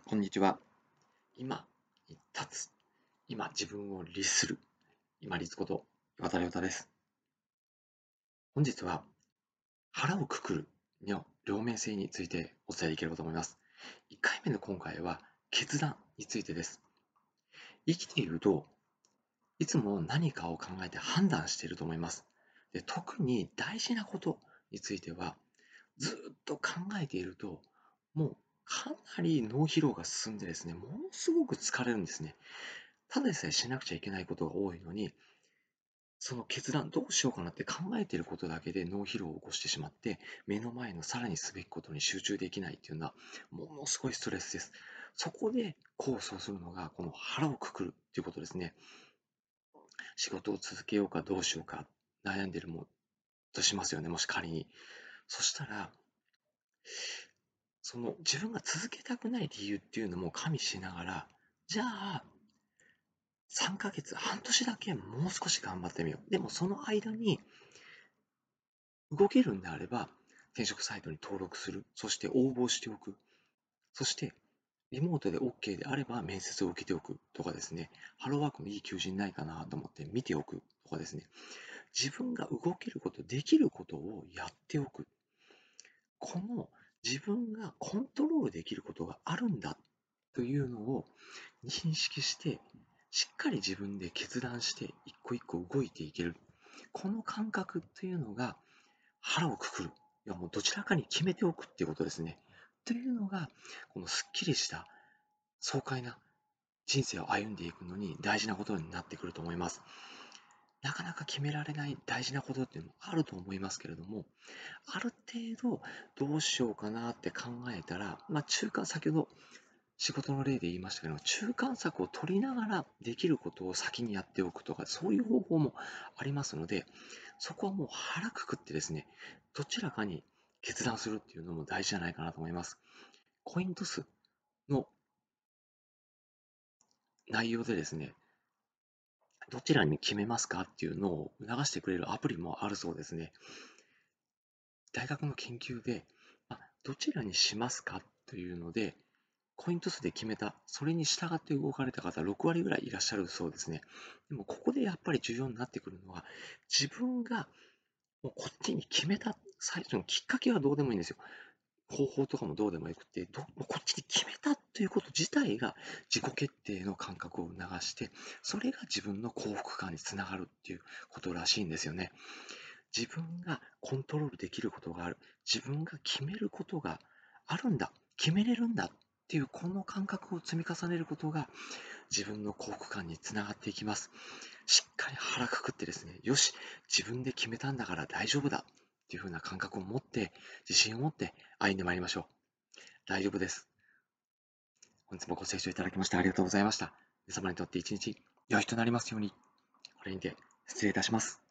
こんにちは。今に立つ。今自分を律する。今立こと岩田亮太です。本日は腹をくくるの両面性についてお伝えできればと思います。1回目の今回は決断についてです。生きているといつも何かを考えて判断していると思います。で、特に大事なことについてはずっと考えているともうかなり脳疲労が進んでですね、ものすごく疲れるんですね。ただでさえしなくちゃいけないことが多いのに、その決断、どうしようかなって考えていることだけで脳疲労を起こしてしまって、目の前のさらにすべきことに集中できないっていうのは、ものすごいストレスです。そこで功を奏するのが、この腹をくくるっていうことですね。仕事を続けようかどうしようか悩んでるもとしますよね、もし仮に。そしたら、その自分が続けたくない理由っていうのも加味しながら、じゃあ、3ヶ月、半年だけもう少し頑張ってみよう。でもその間に動けるんであれば、転職サイトに登録する。そして応募しておく。そして、リモートで OK であれば面接を受けておくとかですね。ハローワークのいい求人ないかなと思って見ておくとかですね。自分が動けること、できることをやっておく。この自分がコントロールできることがあるんだというのを認識して、しっかり自分で決断して一個一個動いていける。この感覚というのが腹をくくる。いやもうどちらかに決めておくっていうことですね。というのが、このすっきりした爽快な人生を歩んでいくのに大事なことになってくると思います。なかなか決められない大事なことっていうのもあると思いますけれども、ある程度どうしようかなって考えたら、先ほど仕事の例で言いましたけど、中間策を取りながらできることを先にやっておくとか、そういう方法もありますので、そこはもう腹くくってですね、どちらかに決断するっていうのも大事じゃないかなと思います。コイントスの内容でですね、どちらに決めますかっていうのを促してくれるアプリもあるそうですね。大学の研究で、どちらにしますかというので、コイントスで決めた、それに従って動かれた方、6割ぐらいいらっしゃるそうですね。でも、ここでやっぱり重要になってくるのは、自分がもうこっちに決めた最初のきっかけはどうでもいいんですよ。方法とかもどうでもよくて、もうこっちに決めたということ自体が自己決定の感覚を促して、それが自分の幸福感につながるっていうことらしいんですよね。自分がコントロールできることがある。自分が決めることがあるんだ。決めれるんだっていうこの感覚を積み重ねることが自分の幸福感につながっていきます。しっかり腹くくってですね、よし、自分で決めたんだから大丈夫だっていう風な感覚を持って、自信を持って歩んでまいりましょう。大丈夫です。本日もご清聴いただきましてありがとうございました。皆様にとって一日良い日となりますように、これにて失礼いたします。